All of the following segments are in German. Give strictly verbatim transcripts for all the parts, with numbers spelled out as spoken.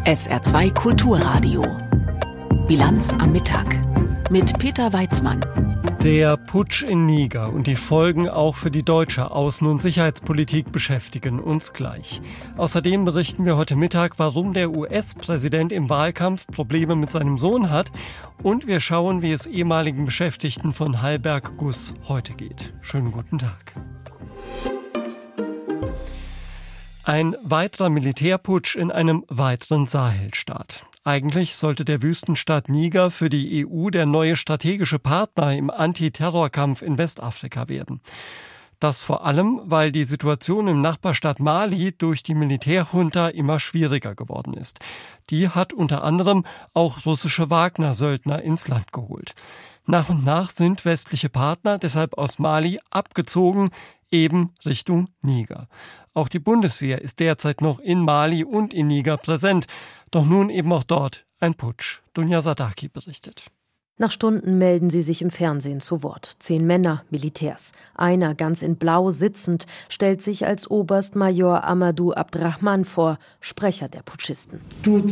S R zwei Kulturradio. Bilanz am Mittag mit Peter Weitzmann. Der Putsch in Niger und die Folgen auch für die deutsche Außen- und Sicherheitspolitik beschäftigen uns gleich. Außerdem berichten wir heute Mittag, warum der U S-Präsident im Wahlkampf Probleme mit seinem Sohn hat. Und wir schauen, wie es ehemaligen Beschäftigten von Halberg Guss heute geht. Schönen guten Tag. Ein weiterer Militärputsch in einem weiteren Sahelstaat. Eigentlich sollte der Wüstenstaat Niger für die E U der neue strategische Partner im Antiterrorkampf in Westafrika werden. Das vor allem, weil die Situation im Nachbarstaat Mali durch die Militärjunta immer schwieriger geworden ist. Die hat unter anderem auch russische Wagner-Söldner ins Land geholt. Nach und nach sind westliche Partner deshalb aus Mali abgezogen, eben Richtung Niger. Auch die Bundeswehr ist derzeit noch in Mali und in Niger präsent. Doch nun eben auch dort ein Putsch. Dunja Sadaki berichtet. Nach Stunden melden sie sich im Fernsehen zu Wort. Zehn Männer, Militärs. Einer, ganz in Blau sitzend, stellt sich als Oberst Major Amadou Abdrahman vor, Sprecher der Putschisten.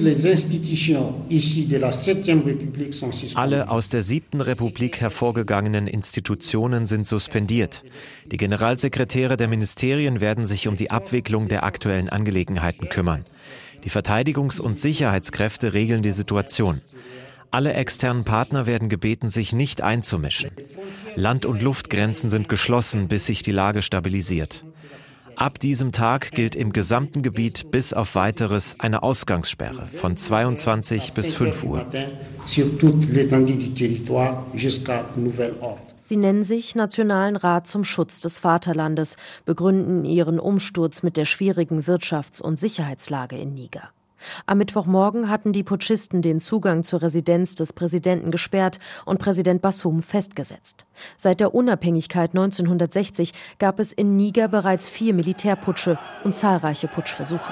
Alle aus der siebten Republik hervorgegangenen Institutionen sind suspendiert. Die Generalsekretäre der Ministerien werden sich um die Abwicklung der aktuellen Angelegenheiten kümmern. Die Verteidigungs- und Sicherheitskräfte regeln die Situation. Alle externen Partner werden gebeten, sich nicht einzumischen. Land- und Luftgrenzen sind geschlossen, bis sich die Lage stabilisiert. Ab diesem Tag gilt im gesamten Gebiet bis auf Weiteres eine Ausgangssperre von zweiundzwanzig bis fünf Uhr. Sie nennen sich Nationalen Rat zum Schutz des Vaterlandes, begründen ihren Umsturz mit der schwierigen Wirtschafts- und Sicherheitslage in Niger. Am Mittwochmorgen hatten die Putschisten den Zugang zur Residenz des Präsidenten gesperrt und Präsident Bassoum festgesetzt. Seit der Unabhängigkeit neunzehnhundertsechzig gab es in Niger bereits vier Militärputsche und zahlreiche Putschversuche.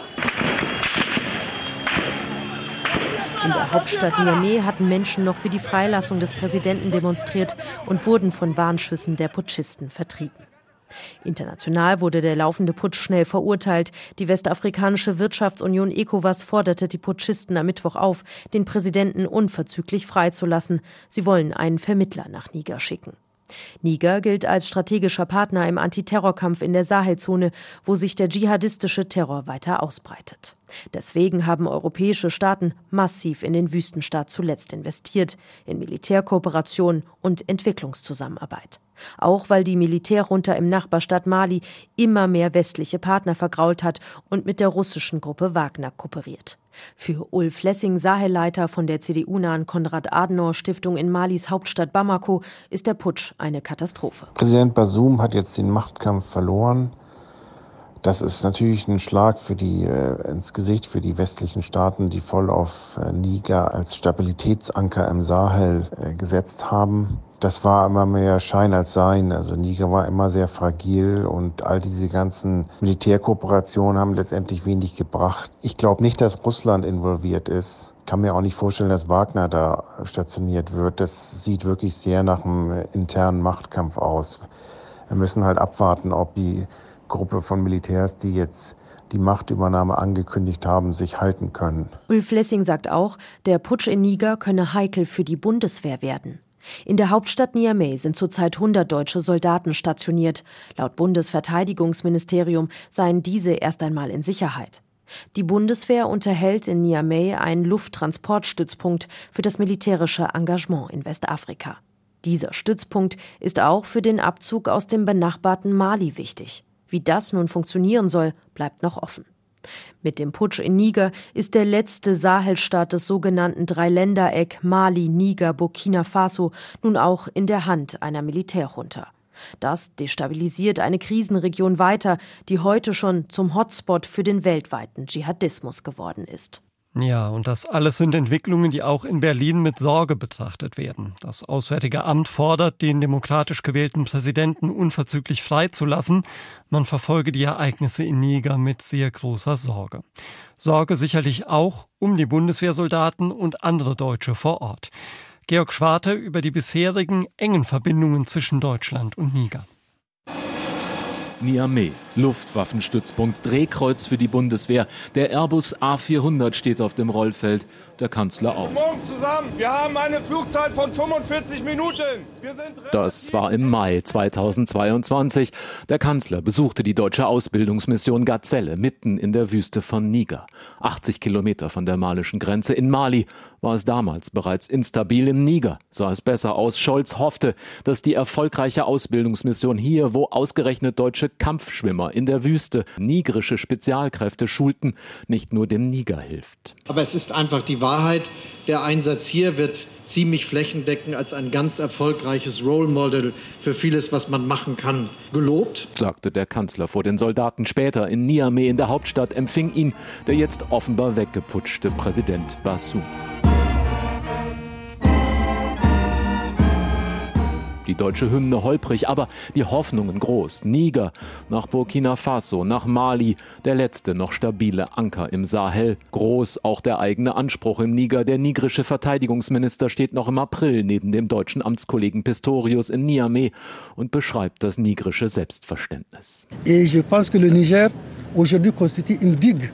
In der Hauptstadt Niamey hatten Menschen noch für die Freilassung des Präsidenten demonstriert und wurden von Warnschüssen der Putschisten vertrieben. International wurde der laufende Putsch schnell verurteilt. Die westafrikanische Wirtschaftsunion ECOWAS forderte die Putschisten am Mittwoch auf, den Präsidenten unverzüglich freizulassen. Sie wollen einen Vermittler nach Niger schicken. Niger gilt als strategischer Partner im Antiterrorkampf in der Sahelzone, wo sich der dschihadistische Terror weiter ausbreitet. Deswegen haben europäische Staaten massiv in den Wüstenstaat zuletzt investiert, in Militärkooperation und Entwicklungszusammenarbeit. Auch weil die Militärjunta im Nachbarstaat Mali immer mehr westliche Partner vergrault hat und mit der russischen Gruppe Wagner kooperiert. Für Ulf Lessing, Sahelleiter von der C D U-nahen Konrad-Adenauer-Stiftung in Malis Hauptstadt Bamako, ist der Putsch eine Katastrophe. Präsident Bassoum hat jetzt den Machtkampf verloren. Das ist natürlich ein Schlag für die, äh, ins Gesicht für die westlichen Staaten, die voll auf äh, Niger als Stabilitätsanker im Sahel äh, gesetzt haben. Das war immer mehr Schein als Sein. Also Niger war immer sehr fragil und all diese ganzen Militärkooperationen haben letztendlich wenig gebracht. Ich glaube nicht, dass Russland involviert ist. Ich kann mir auch nicht vorstellen, dass Wagner da stationiert wird. Das sieht wirklich sehr nach einem internen Machtkampf aus. Wir müssen halt abwarten, ob die Gruppe von Militärs, die jetzt die Machtübernahme angekündigt haben, sich halten können. Ulf Lessing sagt auch, der Putsch in Niger könne heikel für die Bundeswehr werden. In der Hauptstadt Niamey sind zurzeit hundert deutsche Soldaten stationiert. Laut Bundesverteidigungsministerium seien diese erst einmal in Sicherheit. Die Bundeswehr unterhält in Niamey einen Lufttransportstützpunkt für das militärische Engagement in Westafrika. Dieser Stützpunkt ist auch für den Abzug aus dem benachbarten Mali wichtig. Wie das nun funktionieren soll, bleibt noch offen. Mit dem Putsch in Niger ist der letzte Sahelstaat des sogenannten Dreiländereck Mali, Niger, Burkina Faso nun auch in der Hand einer Militärjunta. Das destabilisiert eine Krisenregion weiter, die heute schon zum Hotspot für den weltweiten Dschihadismus geworden ist. Ja, und das alles sind Entwicklungen, die auch in Berlin mit Sorge betrachtet werden. Das Auswärtige Amt fordert, den demokratisch gewählten Präsidenten unverzüglich freizulassen. Man verfolge die Ereignisse in Niger mit sehr großer Sorge. Sorge sicherlich auch um die Bundeswehrsoldaten und andere Deutsche vor Ort. Georg Schwarte über die bisherigen engen Verbindungen zwischen Deutschland und Niger. Niamey, Luftwaffenstützpunkt, Drehkreuz für die Bundeswehr. Der Airbus A vierhundert steht auf dem Rollfeld, der Kanzler auch. Guten Morgen zusammen. Wir haben eine Flugzeit von fünfundvierzig Minuten. Wir sind das war im Mai zweitausendzweiundzwanzig. Der Kanzler besuchte die deutsche Ausbildungsmission Gazelle mitten in der Wüste von Niger. achtzig Kilometer von der malischen Grenze. In Mali war es damals bereits instabil. Im Niger sah es besser aus. Scholz hoffte, dass die erfolgreiche Ausbildungsmission hier, wo ausgerechnet deutsche Kampfschwimmer in der Wüste nigerische Spezialkräfte schulten, nicht nur dem Niger hilft. Aber es ist einfach die Wahrheit. Der Einsatz hier wird ziemlich flächendeckend als ein ganz erfolgreiches Role Model für vieles, was man machen kann, gelobt, sagte der Kanzler vor den Soldaten. Später in Niamey in der Hauptstadt empfing ihn der jetzt offenbar weggeputschte Präsident Bazoum. Die deutsche Hymne holprig, aber die Hoffnungen groß. Niger, nach Burkina Faso, nach Mali, der letzte noch stabile Anker im Sahel. Groß auch der eigene Anspruch im Niger. Der nigerische Verteidigungsminister steht noch im April neben dem deutschen Amtskollegen Pistorius in Niamey und beschreibt das nigerische Selbstverständnis. Et je pense que le Niger aujourd'hui constitue une digue.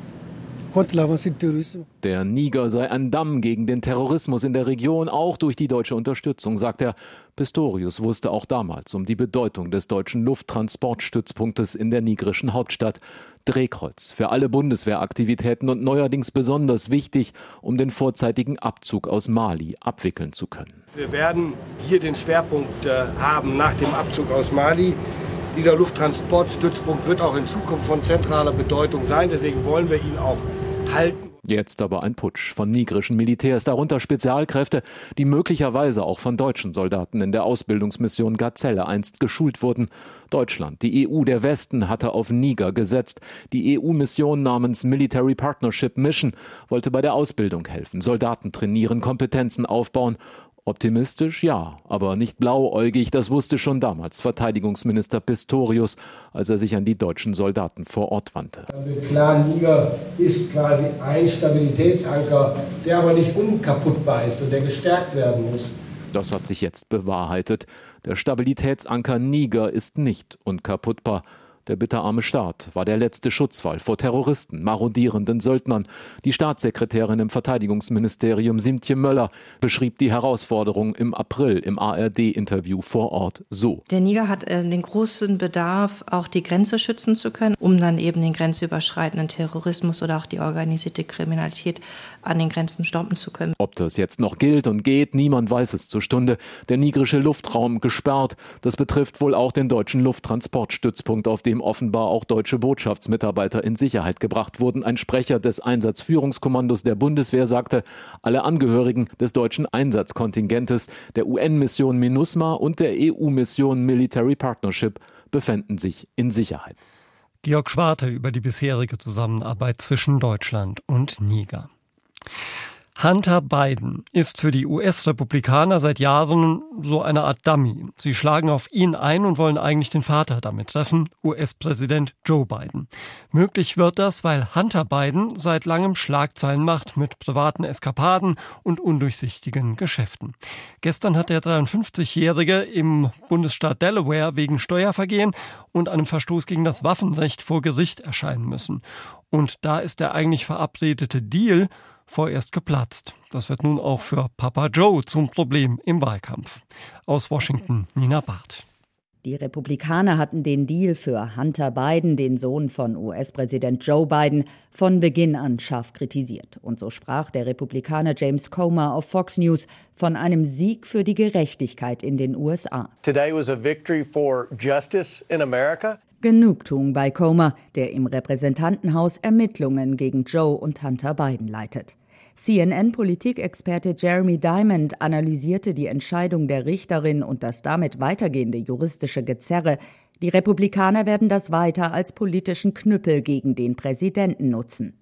Der Niger sei ein Damm gegen den Terrorismus in der Region, auch durch die deutsche Unterstützung, sagt er. Pistorius wusste auch damals um die Bedeutung des deutschen Lufttransportstützpunktes in der nigerischen Hauptstadt. Drehkreuz für alle Bundeswehraktivitäten und neuerdings besonders wichtig, um den vorzeitigen Abzug aus Mali abwickeln zu können. Wir werden hier den Schwerpunkt äh, haben nach dem Abzug aus Mali. Dieser Lufttransportstützpunkt wird auch in Zukunft von zentraler Bedeutung sein. Deswegen wollen wir ihn auch halten. Jetzt aber ein Putsch von nigerischen Militärs, darunter Spezialkräfte, die möglicherweise auch von deutschen Soldaten in der Ausbildungsmission Gazelle einst geschult wurden. Deutschland, die E U, der Westen hatte auf Niger gesetzt. Die E U-Mission namens Military Partnership Mission wollte bei der Ausbildung helfen, Soldaten trainieren, Kompetenzen aufbauen. Optimistisch, ja, aber nicht blauäugig, das wusste schon damals Verteidigungsminister Pistorius, als er sich an die deutschen Soldaten vor Ort wandte. Der Clan Niger ist quasi ein Stabilitätsanker, der aber nicht unkaputtbar ist und der gestärkt werden muss. Das hat sich jetzt bewahrheitet. Der Stabilitätsanker Niger ist nicht unkaputtbar. Der bitterarme Staat war der letzte Schutzwall vor Terroristen, marodierenden Söldnern. Die Staatssekretärin im Verteidigungsministerium Simtje Möller beschrieb die Herausforderung im April im A R D-Interview vor Ort so. Der Niger hat äh, den großen Bedarf, auch die Grenze schützen zu können, um dann eben den grenzüberschreitenden Terrorismus oder auch die organisierte Kriminalität an den Grenzen stoppen zu können. Ob das jetzt noch gilt und geht, niemand weiß es zur Stunde. Der nigerische Luftraum gesperrt. Das betrifft wohl auch den deutschen Lufttransportstützpunkt, auf dem offenbar auch deutsche Botschaftsmitarbeiter in Sicherheit gebracht wurden. Ein Sprecher des Einsatzführungskommandos der Bundeswehr sagte, alle Angehörigen des deutschen Einsatzkontingentes, der U N-Mission MINUSMA und der E U-Mission Military Partnership befänden sich in Sicherheit. Georg Schwarte über die bisherige Zusammenarbeit zwischen Deutschland und Niger. Hunter Biden ist für die U S-Republikaner seit Jahren so eine Art Dummy. Sie schlagen auf ihn ein und wollen eigentlich den Vater damit treffen, U S-Präsident Joe Biden. Möglich wird das, weil Hunter Biden seit langem Schlagzeilen macht mit privaten Eskapaden und undurchsichtigen Geschäften. Gestern hat der dreiundfünfzigjährige im Bundesstaat Delaware wegen Steuervergehen und einem Verstoß gegen das Waffenrecht vor Gericht erscheinen müssen. Und da ist der eigentlich verabredete Deal vorerst geplatzt. Das wird nun auch für Papa Joe zum Problem im Wahlkampf. Aus Washington, Nina Barth. Die Republikaner hatten den Deal für Hunter Biden, den Sohn von U S-Präsident Joe Biden, von Beginn an scharf kritisiert. Und so sprach der Republikaner James Comer auf Fox News von einem Sieg für die Gerechtigkeit in den U S A. Today was a victory for justice in America. Genugtuung bei Comer, der im Repräsentantenhaus Ermittlungen gegen Joe und Hunter Biden leitet. C N N-Politikexperte Jeremy Diamond analysierte die Entscheidung der Richterin und das damit weitergehende juristische Gezerre. Die Republikaner werden das weiter als politischen Knüppel gegen den Präsidenten nutzen.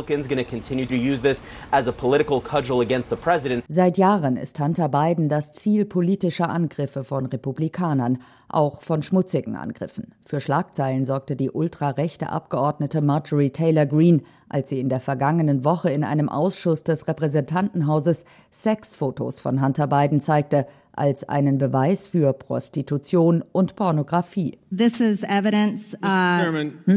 Seit Jahren ist Hunter Biden das Ziel politischer Angriffe von Republikanern, auch von schmutzigen Angriffen. Für Schlagzeilen sorgte die ultrarechte Abgeordnete Marjorie Taylor Greene, als sie in der vergangenen Woche in einem Ausschuss des Repräsentantenhauses Sexfotos von Hunter Biden zeigte, als einen Beweis für Prostitution und Pornografie. This is evidence uh,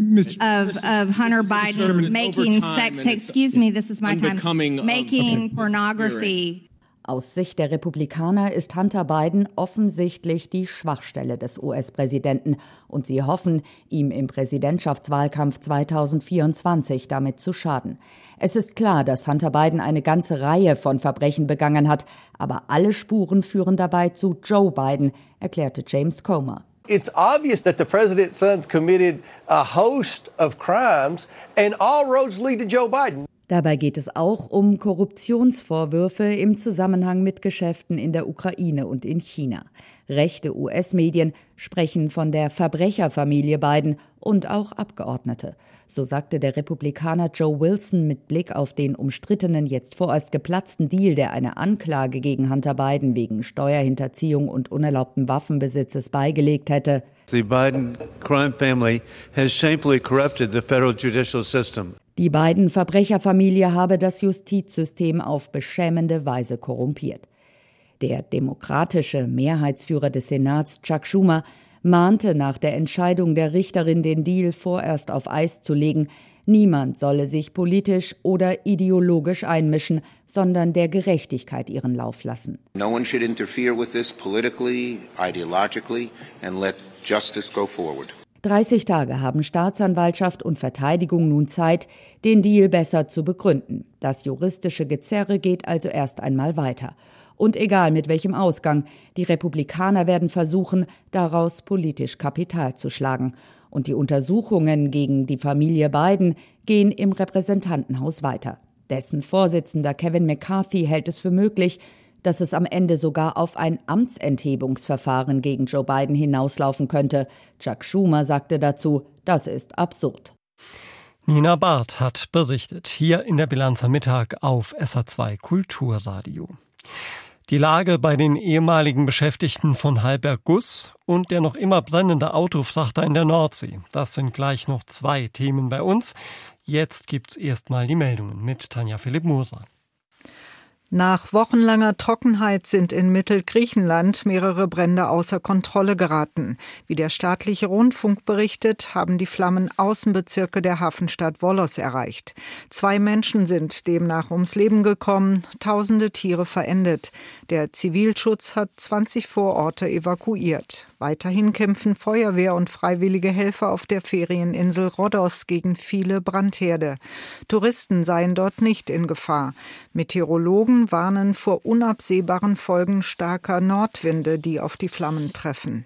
of, of Hunter Biden making sex, excuse me, this is my time, making pornography. Aus Sicht der Republikaner ist Hunter Biden offensichtlich die Schwachstelle des U S-Präsidenten und sie hoffen, ihm im Präsidentschaftswahlkampf zweitausendvierundzwanzig damit zu schaden. Es ist klar, dass Hunter Biden eine ganze Reihe von Verbrechen begangen hat, aber alle Spuren führen dabei zu Joe Biden, erklärte James Comer. It's obvious that the president's son's committed a host of crimes and all roads lead to Joe Biden. Dabei geht es auch um Korruptionsvorwürfe im Zusammenhang mit Geschäften in der Ukraine und in China. Rechte U S-Medien sprechen von der Verbrecherfamilie Biden und auch Abgeordnete. So sagte der Republikaner Joe Wilson mit Blick auf den umstrittenen, jetzt vorerst geplatzten Deal, der eine Anklage gegen Hunter Biden wegen Steuerhinterziehung und unerlaubten Waffenbesitzes beigelegt hätte. The Biden crime family has shamefully corrupted the federal judicial system. Die Biden-Verbrecherfamilie habe das Justizsystem auf beschämende Weise korrumpiert. Der demokratische Mehrheitsführer des Senats, Chuck Schumer, mahnte nach der Entscheidung der Richterin, den Deal vorerst auf Eis zu legen, niemand solle sich politisch oder ideologisch einmischen, sondern der Gerechtigkeit ihren Lauf lassen. No one should interfere with this politically, ideologically and let justice go forward. dreißig Tage haben Staatsanwaltschaft und Verteidigung nun Zeit, den Deal besser zu begründen. Das juristische Gezerre geht also erst einmal weiter. Und egal mit welchem Ausgang, die Republikaner werden versuchen, daraus politisch Kapital zu schlagen. Und die Untersuchungen gegen die Familie Biden gehen im Repräsentantenhaus weiter. Dessen Vorsitzender Kevin McCarthy hält es für möglich, dass es am Ende sogar auf ein Amtsenthebungsverfahren gegen Joe Biden hinauslaufen könnte. Chuck Schumer sagte dazu, das ist absurd. Nina Barth hat berichtet, hier in der Bilanz am Mittag auf S R zwei Kulturradio. Die Lage bei den ehemaligen Beschäftigten von Halberg Guss und der noch immer brennende Autofrachter in der Nordsee. Das sind gleich noch zwei Themen bei uns. Jetzt gibt's erstmal die Meldungen mit Tanja Philipp Musa. Nach wochenlanger Trockenheit sind in Mittelgriechenland mehrere Brände außer Kontrolle geraten. Wie der staatliche Rundfunk berichtet, haben die Flammen Außenbezirke der Hafenstadt Volos erreicht. Zwei Menschen sind demnach ums Leben gekommen, tausende Tiere verendet. Der Zivilschutz hat zwanzig Vororte evakuiert. Weiterhin kämpfen Feuerwehr und freiwillige Helfer auf der Ferieninsel Rhodos gegen viele Brandherde. Touristen seien dort nicht in Gefahr. Meteorologen warnen vor unabsehbaren Folgen starker Nordwinde, die auf die Flammen treffen.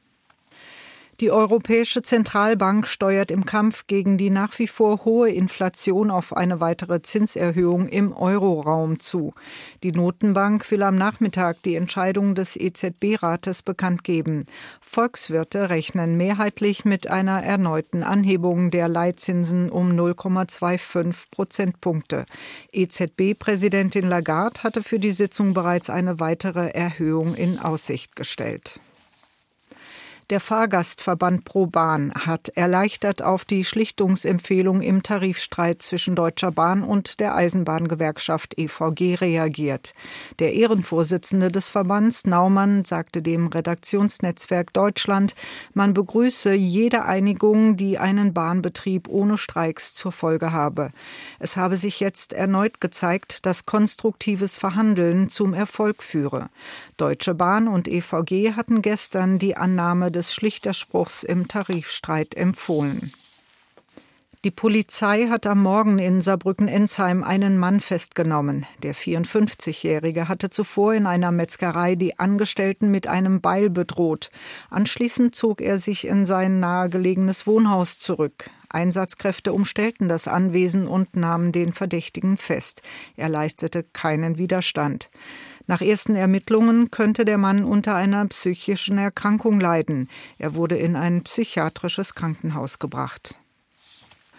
Die Europäische Zentralbank steuert im Kampf gegen die nach wie vor hohe Inflation auf eine weitere Zinserhöhung im Euroraum zu. Die Notenbank will am Nachmittag die Entscheidung des E Z B-Rates bekannt geben. Volkswirte rechnen mehrheitlich mit einer erneuten Anhebung der Leitzinsen um null Komma fünfundzwanzig Prozentpunkte. E Z B-Präsidentin Lagarde hatte für die Sitzung bereits eine weitere Erhöhung in Aussicht gestellt. Der Fahrgastverband ProBahn hat erleichtert auf die Schlichtungsempfehlung im Tarifstreit zwischen Deutscher Bahn und der Eisenbahngewerkschaft E V G reagiert. Der Ehrenvorsitzende des Verbands, Naumann, sagte dem Redaktionsnetzwerk Deutschland, man begrüße jede Einigung, die einen Bahnbetrieb ohne Streiks zur Folge habe. Es habe sich jetzt erneut gezeigt, dass konstruktives Verhandeln zum Erfolg führe. Deutsche Bahn und E V G hatten gestern die Annahme des des Schlichterspruchs im Tarifstreit empfohlen. Die Polizei hat am Morgen in Saarbrücken-Ensheim einen Mann festgenommen. Der vierundfünfzigjährige hatte zuvor in einer Metzgerei die Angestellten mit einem Beil bedroht. Anschließend zog er sich in sein nahegelegenes Wohnhaus zurück. Einsatzkräfte umstellten das Anwesen und nahmen den Verdächtigen fest. Er leistete keinen Widerstand. Nach ersten Ermittlungen könnte der Mann unter einer psychischen Erkrankung leiden. Er wurde in ein psychiatrisches Krankenhaus gebracht.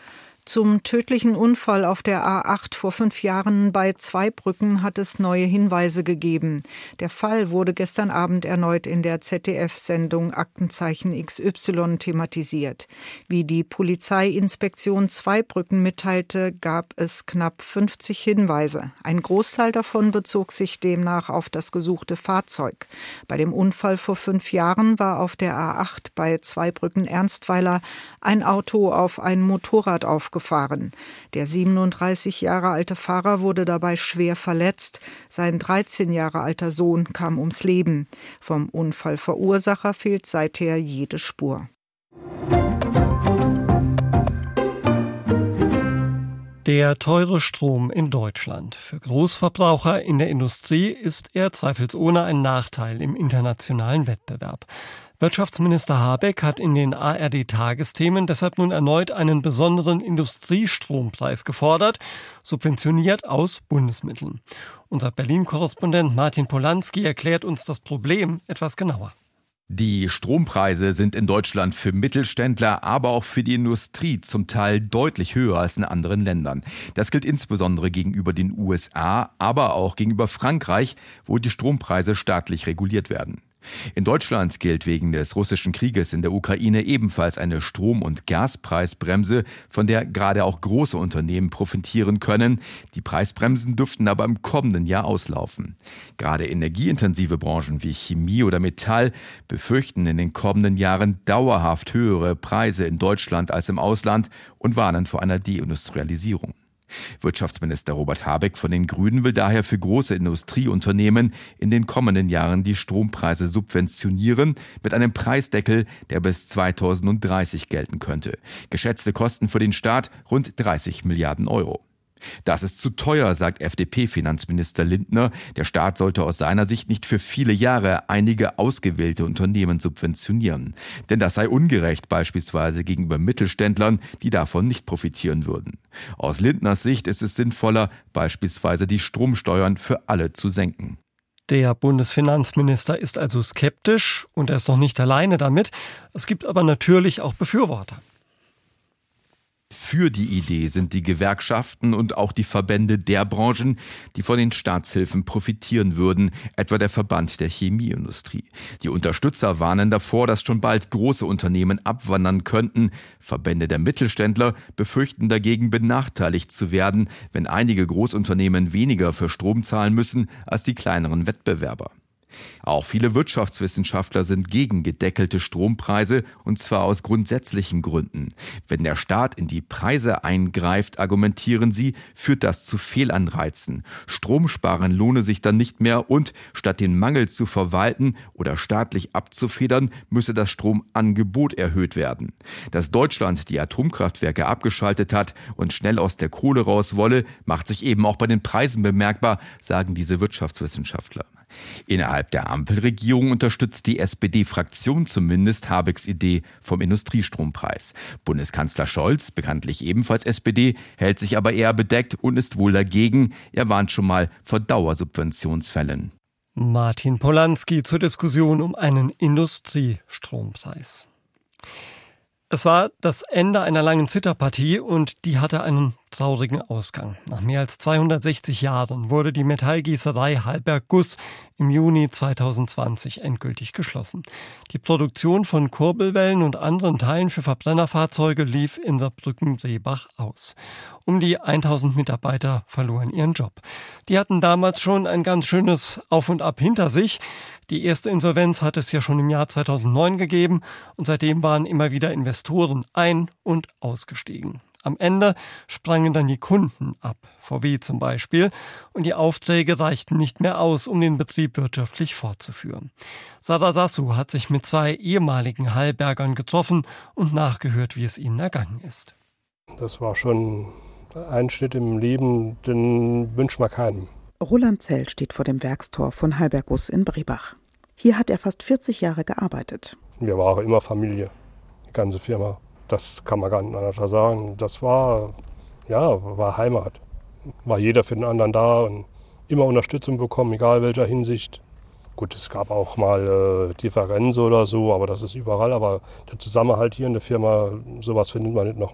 Zum tödlichen Unfall auf der A acht vor fünf Jahren bei Zweibrücken hat es neue Hinweise gegeben. Der Fall wurde gestern Abend erneut in der Z D F-Sendung Aktenzeichen X Y thematisiert. Wie die Polizeiinspektion Zweibrücken mitteilte, gab es knapp fünfzig Hinweise. Ein Großteil davon bezog sich demnach auf das gesuchte Fahrzeug. Bei dem Unfall vor fünf Jahren war auf der A acht bei Zweibrücken-Ernstweiler ein Auto auf ein Motorrad aufgefahren. Der siebenunddreißig Jahre alte Fahrer wurde dabei schwer verletzt. Sein dreizehn Jahre alter Sohn kam ums Leben. Vom Unfallverursacher fehlt seither jede Spur. Der teure Strom in Deutschland. Für Großverbraucher in der Industrie ist er zweifelsohne ein Nachteil im internationalen Wettbewerb. Wirtschaftsminister Habeck hat in den A R D-Tagesthemen deshalb nun erneut einen besonderen Industriestrompreis gefordert, subventioniert aus Bundesmitteln. Unser Berlin-Korrespondent Martin Polanski erklärt uns das Problem etwas genauer. Die Strompreise sind in Deutschland für Mittelständler, aber auch für die Industrie zum Teil deutlich höher als in anderen Ländern. Das gilt insbesondere gegenüber den U S A, aber auch gegenüber Frankreich, wo die Strompreise staatlich reguliert werden. In Deutschland gilt wegen des russischen Krieges in der Ukraine ebenfalls eine Strom- und Gaspreisbremse, von der gerade auch große Unternehmen profitieren können. Die Preisbremsen dürften aber im kommenden Jahr auslaufen. Gerade energieintensive Branchen wie Chemie oder Metall befürchten in den kommenden Jahren dauerhaft höhere Preise in Deutschland als im Ausland und warnen vor einer Deindustrialisierung. Wirtschaftsminister Robert Habeck von den Grünen will daher für große Industrieunternehmen in den kommenden Jahren die Strompreise subventionieren mit einem Preisdeckel, der bis zweitausenddreißig gelten könnte. Geschätzte Kosten für den Staat rund dreißig Milliarden Euro. Das ist zu teuer, sagt F D P-Finanzminister Lindner. Der Staat sollte aus seiner Sicht nicht für viele Jahre einige ausgewählte Unternehmen subventionieren. Denn das sei ungerecht, beispielsweise gegenüber Mittelständlern, die davon nicht profitieren würden. Aus Lindners Sicht ist es sinnvoller, beispielsweise die Stromsteuern für alle zu senken. Der Bundesfinanzminister ist also skeptisch und er ist noch nicht alleine damit. Es gibt aber natürlich auch Befürworter. Für die Idee sind die Gewerkschaften und auch die Verbände der Branchen, die von den Staatshilfen profitieren würden, etwa der Verband der Chemieindustrie. Die Unterstützer warnen davor, dass schon bald große Unternehmen abwandern könnten. Verbände der Mittelständler befürchten dagegen, benachteiligt zu werden, wenn einige Großunternehmen weniger für Strom zahlen müssen als die kleineren Wettbewerber. Auch viele Wirtschaftswissenschaftler sind gegen gedeckelte Strompreise, und zwar aus grundsätzlichen Gründen. Wenn der Staat in die Preise eingreift, argumentieren sie, führt das zu Fehlanreizen. Stromsparen lohne sich dann nicht mehr und statt den Mangel zu verwalten oder staatlich abzufedern, müsse das Stromangebot erhöht werden. Dass Deutschland die Atomkraftwerke abgeschaltet hat und schnell aus der Kohle raus wolle, macht sich eben auch bei den Preisen bemerkbar, sagen diese Wirtschaftswissenschaftler. Innerhalb der Ampelregierung unterstützt die S P D-Fraktion zumindest Habecks Idee vom Industriestrompreis. Bundeskanzler Scholz, bekanntlich ebenfalls S P D, hält sich aber eher bedeckt und ist wohl dagegen. Er warnt schon mal vor Dauersubventionsfällen. Martin Polanski zur Diskussion um einen Industriestrompreis. Es war das Ende einer langen Zitterpartie und die hatte einen traurigen Ausgang. Nach mehr als zweihundertsechzig Jahren wurde die Metallgießerei Halberg Guss im Juni zweitausendzwanzig endgültig geschlossen. Die Produktion von Kurbelwellen und anderen Teilen für Verbrennerfahrzeuge lief in Saarbrücken-Rehbach aus. Um die tausend Mitarbeiter verloren ihren Job. Die hatten damals schon ein ganz schönes Auf und Ab hinter sich. Die erste Insolvenz hat es ja schon im Jahr zweitausendneun gegeben und seitdem waren immer wieder Investoren ein- und ausgestiegen. Am Ende sprangen dann die Kunden ab, V W zum Beispiel, und die Aufträge reichten nicht mehr aus, um den Betrieb wirtschaftlich fortzuführen. Sarah Sassu hat sich mit zwei ehemaligen Hallbergern getroffen und nachgehört, wie es ihnen ergangen ist. Das war schon ein Schritt im Leben, den wünscht man keinem. Roland Zell steht vor dem Werkstor von Halberg Guss in Brebach. Hier hat er fast vierzig Jahre gearbeitet. Wir waren auch immer Familie, die ganze Firma. Das kann man gar nicht anders sagen. Das war, ja, war Heimat. War jeder für den anderen da und immer Unterstützung bekommen, egal welcher Hinsicht. Gut, es gab auch mal äh, Differenzen oder so, aber das ist überall. Aber der Zusammenhalt hier in der Firma, sowas findet man nicht nochmal.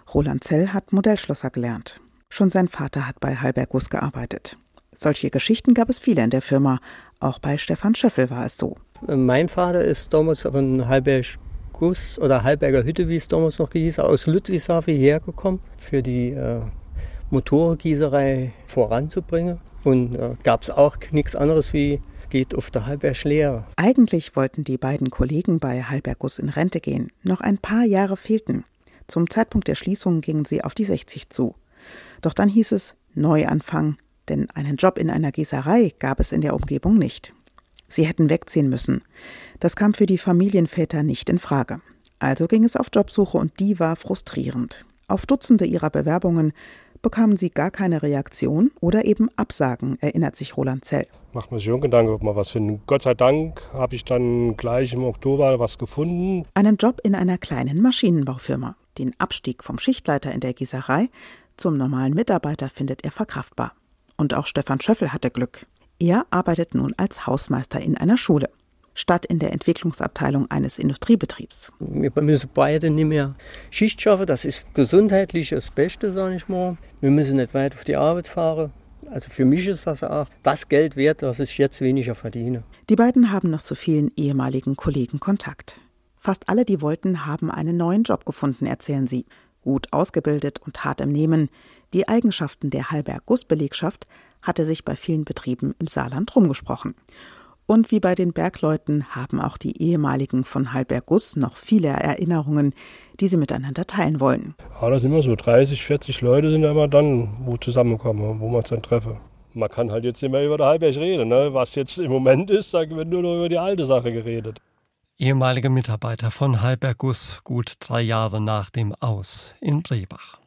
Roland Zell hat Modellschlosser gelernt. Schon sein Vater hat bei Halberg Guss gearbeitet. Solche Geschichten gab es viele in der Firma. Auch bei Stefan Schöffel war es so. Mein Vater ist damals von Halberg Guss oder Halberger Hütte, wie es damals noch hieß, aus Ludwigshafen hierher gekommen, für die äh, Motorengießerei voranzubringen. Und äh, gab es auch nichts anderes wie geht auf der Halberg Lehre. Eigentlich wollten die beiden Kollegen bei Halberg Guss in Rente gehen. Noch ein paar Jahre fehlten. Zum Zeitpunkt der Schließung gingen sie auf die sechzig zu. Doch dann hieß es Neuanfang, denn einen Job in einer Gießerei gab es in der Umgebung nicht. Sie hätten wegziehen müssen. Das kam für die Familienväter nicht in Frage. Also ging es auf Jobsuche und die war frustrierend. Auf Dutzende ihrer Bewerbungen bekamen sie gar keine Reaktion oder eben Absagen, erinnert sich Roland Zell. Macht man sich schon Gedanken, ob man was finden. Gott sei Dank habe ich dann gleich im Oktober was gefunden. Einen Job in einer kleinen Maschinenbaufirma. Den Abstieg vom Schichtleiter in der Gießerei zum normalen Mitarbeiter findet er verkraftbar. Und auch Stefan Schöffel hatte Glück. Er arbeitet nun als Hausmeister in einer Schule, statt in der Entwicklungsabteilung eines Industriebetriebs. Wir müssen beide nicht mehr Schicht schaffen, das ist gesundheitlich das Beste, sage ich mal. Wir müssen nicht weit auf die Arbeit fahren. Also für mich ist das auch das Geld wert, was ich jetzt weniger verdiene. Die beiden haben noch zu vielen ehemaligen Kollegen Kontakt. Fast alle, die wollten, haben einen neuen Job gefunden, erzählen sie. Gut ausgebildet und hart im Nehmen. Die Eigenschaften der Halberg Guss-Belegschaft hatte sich bei vielen Betrieben im Saarland rumgesprochen. Und wie bei den Bergleuten haben auch die ehemaligen von Halberg Guss noch viele Erinnerungen, die sie miteinander teilen wollen. Ja, das sind immer so dreißig, vierzig Leute sind da immer dann, wo zusammenkommen, wo man es dann treffe. Man kann halt jetzt nicht mehr über der Halberg reden, ne? Was jetzt im Moment ist, da wird nur noch über die alte Sache geredet. Ehemalige Mitarbeiter von Halberg Guss, gut drei Jahre nach dem Aus in Brebach.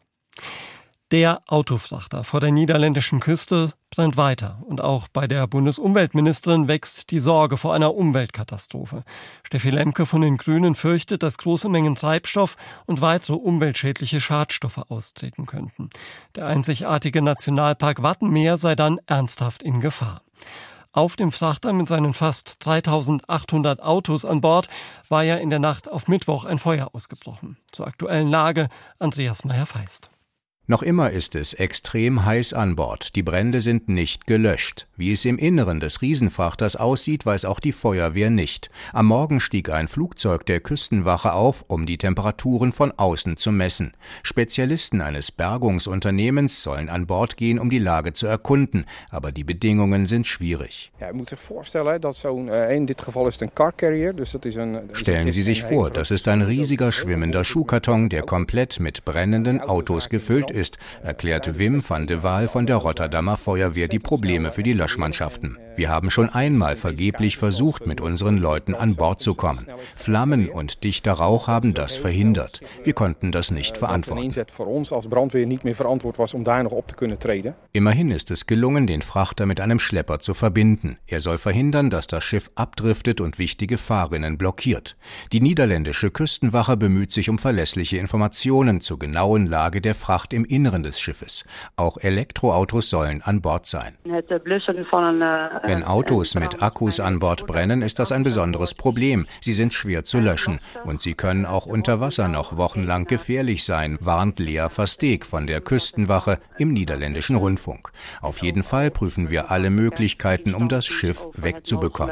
Der Autofrachter vor der niederländischen Küste brennt weiter. Und auch bei der Bundesumweltministerin wächst die Sorge vor einer Umweltkatastrophe. Steffi Lemke von den Grünen fürchtet, dass große Mengen Treibstoff und weitere umweltschädliche Schadstoffe austreten könnten. Der einzigartige Nationalpark Wattenmeer sei dann ernsthaft in Gefahr. Auf dem Frachter mit seinen fast dreitausendachthundert Autos an Bord war ja in der Nacht auf Mittwoch ein Feuer ausgebrochen. Zur aktuellen Lage Andreas Meyer-Feist. Noch immer ist es extrem heiß an Bord. Die Brände sind nicht gelöscht. Wie es im Inneren des Riesenfrachters aussieht, weiß auch die Feuerwehr nicht. Am Morgen stieg ein Flugzeug der Küstenwache auf, um die Temperaturen von außen zu messen. Spezialisten eines Bergungsunternehmens sollen an Bord gehen, um die Lage zu erkunden. Aber die Bedingungen sind schwierig. Ja, muss sich vorstellen, dass so ein, in dit geval ist ein car carrier, dus das ist ein, Stellen Sie sich vor, das ist ein riesiger schwimmender Schuhkarton, der komplett mit brennenden Autos gefüllt ist. ist, erklärte Wim van de Waal von der Rotterdamer Feuerwehr die Probleme für die Löschmannschaften. Wir haben schon einmal vergeblich versucht, mit unseren Leuten an Bord zu kommen. Flammen und dichter Rauch haben das verhindert. Wir konnten das nicht verantworten. Immerhin ist es gelungen, den Frachter mit einem Schlepper zu verbinden. Er soll verhindern, dass das Schiff abdriftet und wichtige Fahrrinnen blockiert. Die niederländische Küstenwache bemüht sich um verlässliche Informationen zur genauen Lage der Fracht im Inneren des Schiffes. Auch Elektroautos sollen an Bord sein. Wenn Autos mit Akkus an Bord brennen, ist das ein besonderes Problem. Sie sind schwer zu löschen und sie können auch unter Wasser noch wochenlang gefährlich sein, warnt Lea Versteeg von der Küstenwache im niederländischen Rundfunk. Auf jeden Fall prüfen wir alle Möglichkeiten, um das Schiff wegzubekommen.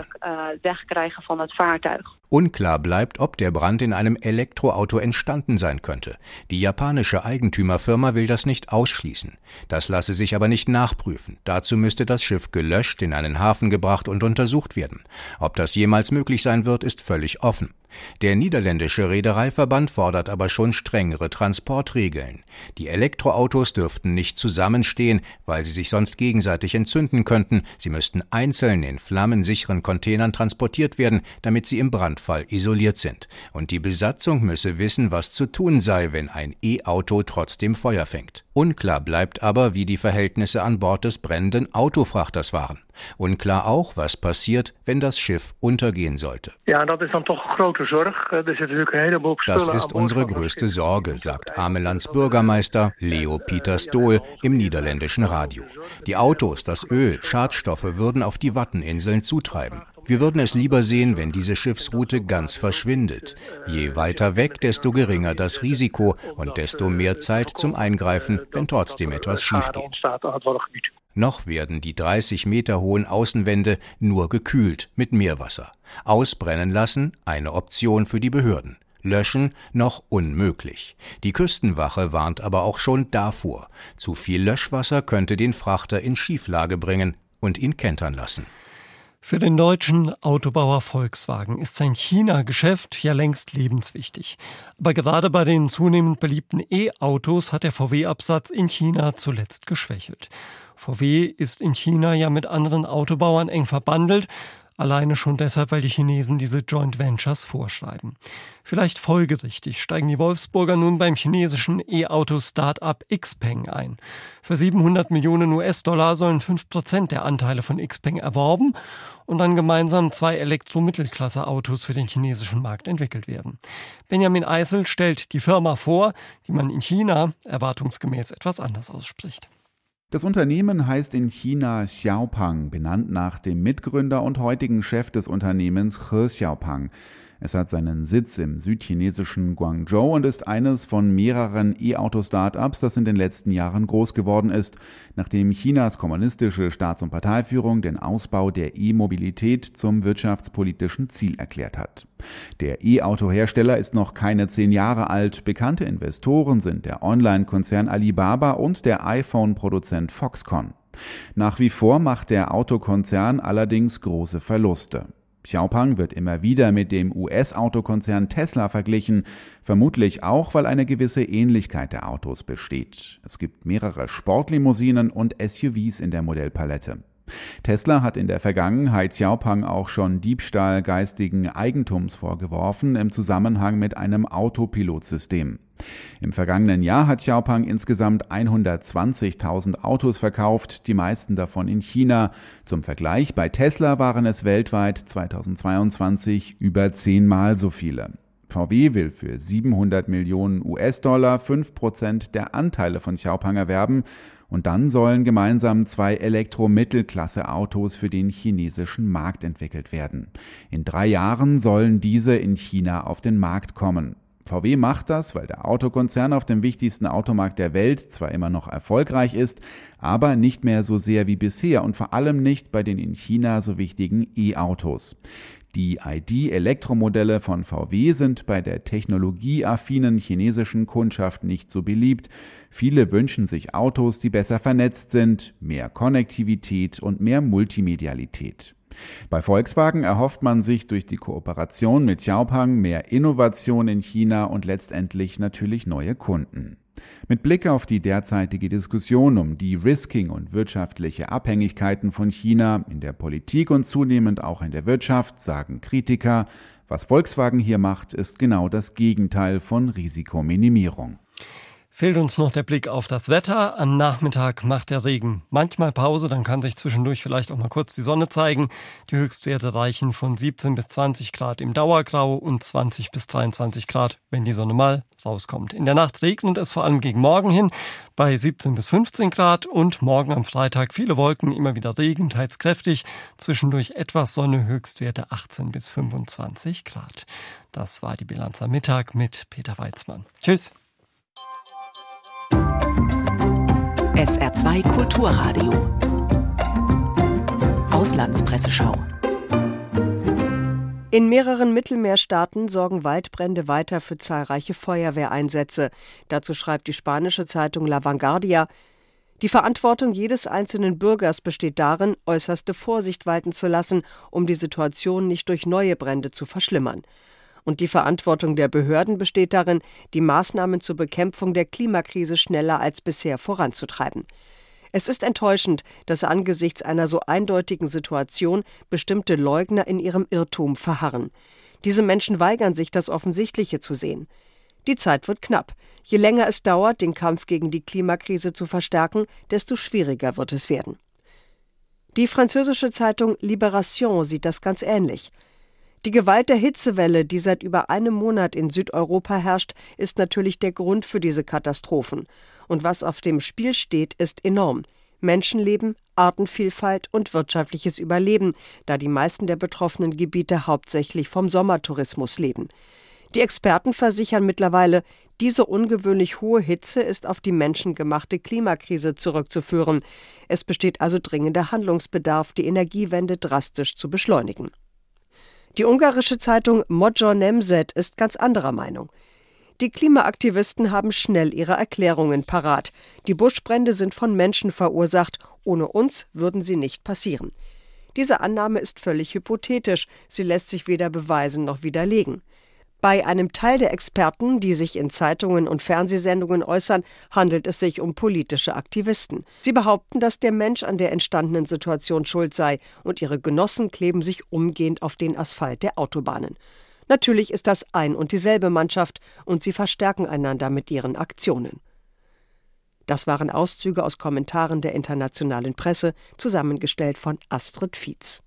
Unklar bleibt, ob der Brand in einem Elektroauto entstanden sein könnte. Die japanische Eigentümerfirma will das nicht ausschließen. Das lasse sich aber nicht nachprüfen. Dazu müsste das Schiff gelöscht, in einen Hafen gebracht und untersucht werden. Ob das jemals möglich sein wird, ist völlig offen. Der niederländische Reedereiverband fordert aber schon strengere Transportregeln. Die Elektroautos dürften nicht zusammenstehen, weil sie sich sonst gegenseitig entzünden könnten. Sie müssten einzeln in flammensicheren Containern transportiert werden, damit sie im Brandfall isoliert sind. Und die Besatzung müsse wissen, was zu tun sei, wenn ein E-Auto trotzdem Feuer fängt. Unklar bleibt aber, wie die Verhältnisse an Bord des brennenden Autofrachters waren. Unklar auch, was passiert, wenn das Schiff untergehen sollte. Ja, das ist dann doch eine große Sorge. Das ist unsere größte Sorge, sagt Amelands Bürgermeister Leo Pieter Stoel im niederländischen Radio. Die Autos, das Öl, Schadstoffe würden auf die Watteninseln zutreiben. Wir würden es lieber sehen, wenn diese Schiffsroute ganz verschwindet. Je weiter weg, desto geringer das Risiko und desto mehr Zeit zum Eingreifen, wenn trotzdem etwas schief geht. Noch werden die dreißig Meter hohen Außenwände nur gekühlt mit Meerwasser. Ausbrennen lassen, eine Option für die Behörden. Löschen noch unmöglich. Die Küstenwache warnt aber auch schon davor. Zu viel Löschwasser könnte den Frachter in Schieflage bringen und ihn kentern lassen. Für den deutschen Autobauer Volkswagen ist sein China-Geschäft ja längst lebenswichtig. Aber gerade bei den zunehmend beliebten E-Autos hat der V W-Absatz in China zuletzt geschwächelt. V W ist in China ja mit anderen Autobauern eng verbandelt, alleine schon deshalb, weil die Chinesen diese Joint Ventures vorschreiben. Vielleicht folgerichtig steigen die Wolfsburger nun beim chinesischen E-Auto-Start-up Xpeng ein. Für siebenhundert Millionen U S-Dollar sollen fünf Prozent der Anteile von Xpeng erworben und dann gemeinsam zwei Elektro-Mittelklasse-Autos für den chinesischen Markt entwickelt werden. Benjamin Eisel stellt die Firma vor, die man in China erwartungsgemäß etwas anders ausspricht. Das Unternehmen heißt in China Xiaopeng, benannt nach dem Mitgründer und heutigen Chef des Unternehmens He Xiaopeng. Es hat seinen Sitz im südchinesischen Guangzhou und ist eines von mehreren E-Auto-Startups, das in den letzten Jahren groß geworden ist, nachdem Chinas kommunistische Staats- und Parteiführung den Ausbau der E-Mobilität zum wirtschaftspolitischen Ziel erklärt hat. Der E-Auto-Hersteller ist noch keine zehn Jahre alt. Bekannte Investoren sind der Online-Konzern Alibaba und der iPhone-Produzent Foxconn. Nach wie vor macht der Autokonzern allerdings große Verluste. Xiaopeng wird immer wieder mit dem U S-Autokonzern Tesla verglichen, vermutlich auch, weil eine gewisse Ähnlichkeit der Autos besteht. Es gibt mehrere Sportlimousinen und S U Vs in der Modellpalette. Tesla hat in der Vergangenheit Xiaopeng auch schon Diebstahl geistigen Eigentums vorgeworfen im Zusammenhang mit einem Autopilotsystem. Im vergangenen Jahr hat Xiaopeng insgesamt hundertzwanzigtausend Autos verkauft, die meisten davon in China. Zum Vergleich, bei Tesla waren es weltweit zweitausendzweiundzwanzig über zehnmal so viele. V W will für siebenhundert Millionen U S-Dollar fünf Prozent der Anteile von Xiaopeng erwerben und dann sollen gemeinsam zwei Elektro-Mittelklasse-Autos für den chinesischen Markt entwickelt werden. In drei Jahren sollen diese in China auf den Markt kommen. V W macht das, weil der Autokonzern auf dem wichtigsten Automarkt der Welt zwar immer noch erfolgreich ist, aber nicht mehr so sehr wie bisher und vor allem nicht bei den in China so wichtigen E-Autos. Die I D-Elektromodelle von V W sind bei der technologieaffinen chinesischen Kundschaft nicht so beliebt. Viele wünschen sich Autos, die besser vernetzt sind, mehr Konnektivität und mehr Multimedialität. Bei Volkswagen erhofft man sich durch die Kooperation mit Xiaopeng mehr Innovation in China und letztendlich natürlich neue Kunden. Mit Blick auf die derzeitige Diskussion um De-Risking und wirtschaftliche Abhängigkeiten von China in der Politik und zunehmend auch in der Wirtschaft sagen Kritiker, was Volkswagen hier macht, ist genau das Gegenteil von Risikominimierung. Fehlt uns noch der Blick auf das Wetter. Am Nachmittag macht der Regen manchmal Pause, dann kann sich zwischendurch vielleicht auch mal kurz die Sonne zeigen. Die Höchstwerte reichen von siebzehn bis zwanzig Grad im Dauergrau und zwanzig bis dreiundzwanzig Grad, wenn die Sonne mal rauskommt. In der Nacht regnet es vor allem gegen Morgen hin bei siebzehn bis fünfzehn Grad und morgen am Freitag viele Wolken, immer wieder Regen, teils kräftig, zwischendurch etwas Sonne, Höchstwerte achtzehn bis fünfundzwanzig Grad. Das war die Bilanz am Mittag mit Peter Weizmann. Tschüss. S R zwei Kulturradio. Auslandspresseschau. In mehreren Mittelmeerstaaten sorgen Waldbrände weiter für zahlreiche Feuerwehreinsätze. Dazu schreibt die spanische Zeitung La Vanguardia: Die Verantwortung jedes einzelnen Bürgers besteht darin, äußerste Vorsicht walten zu lassen, um die Situation nicht durch neue Brände zu verschlimmern. Und die Verantwortung der Behörden besteht darin, die Maßnahmen zur Bekämpfung der Klimakrise schneller als bisher voranzutreiben. Es ist enttäuschend, dass angesichts einer so eindeutigen Situation bestimmte Leugner in ihrem Irrtum verharren. Diese Menschen weigern sich, das Offensichtliche zu sehen. Die Zeit wird knapp. Je länger es dauert, den Kampf gegen die Klimakrise zu verstärken, desto schwieriger wird es werden. Die französische Zeitung Libération sieht das ganz ähnlich. Die Gewalt der Hitzewelle, die seit über einem Monat in Südeuropa herrscht, ist natürlich der Grund für diese Katastrophen. Und was auf dem Spiel steht, ist enorm. Menschenleben, Artenvielfalt und wirtschaftliches Überleben, da die meisten der betroffenen Gebiete hauptsächlich vom Sommertourismus leben. Die Experten versichern mittlerweile, diese ungewöhnlich hohe Hitze ist auf die menschengemachte Klimakrise zurückzuführen. Es besteht also dringender Handlungsbedarf, die Energiewende drastisch zu beschleunigen. Die ungarische Zeitung Magyar Nemzet ist ganz anderer Meinung. Die Klimaaktivisten haben schnell ihre Erklärungen parat. Die Buschbrände sind von Menschen verursacht. Ohne uns würden sie nicht passieren. Diese Annahme ist völlig hypothetisch. Sie lässt sich weder beweisen noch widerlegen. Bei einem Teil der Experten, die sich in Zeitungen und Fernsehsendungen äußern, handelt es sich um politische Aktivisten. Sie behaupten, dass der Mensch an der entstandenen Situation schuld sei und ihre Genossen kleben sich umgehend auf den Asphalt der Autobahnen. Natürlich ist das ein und dieselbe Mannschaft und sie verstärken einander mit ihren Aktionen. Das waren Auszüge aus Kommentaren der internationalen Presse, zusammengestellt von Astrid Fietz.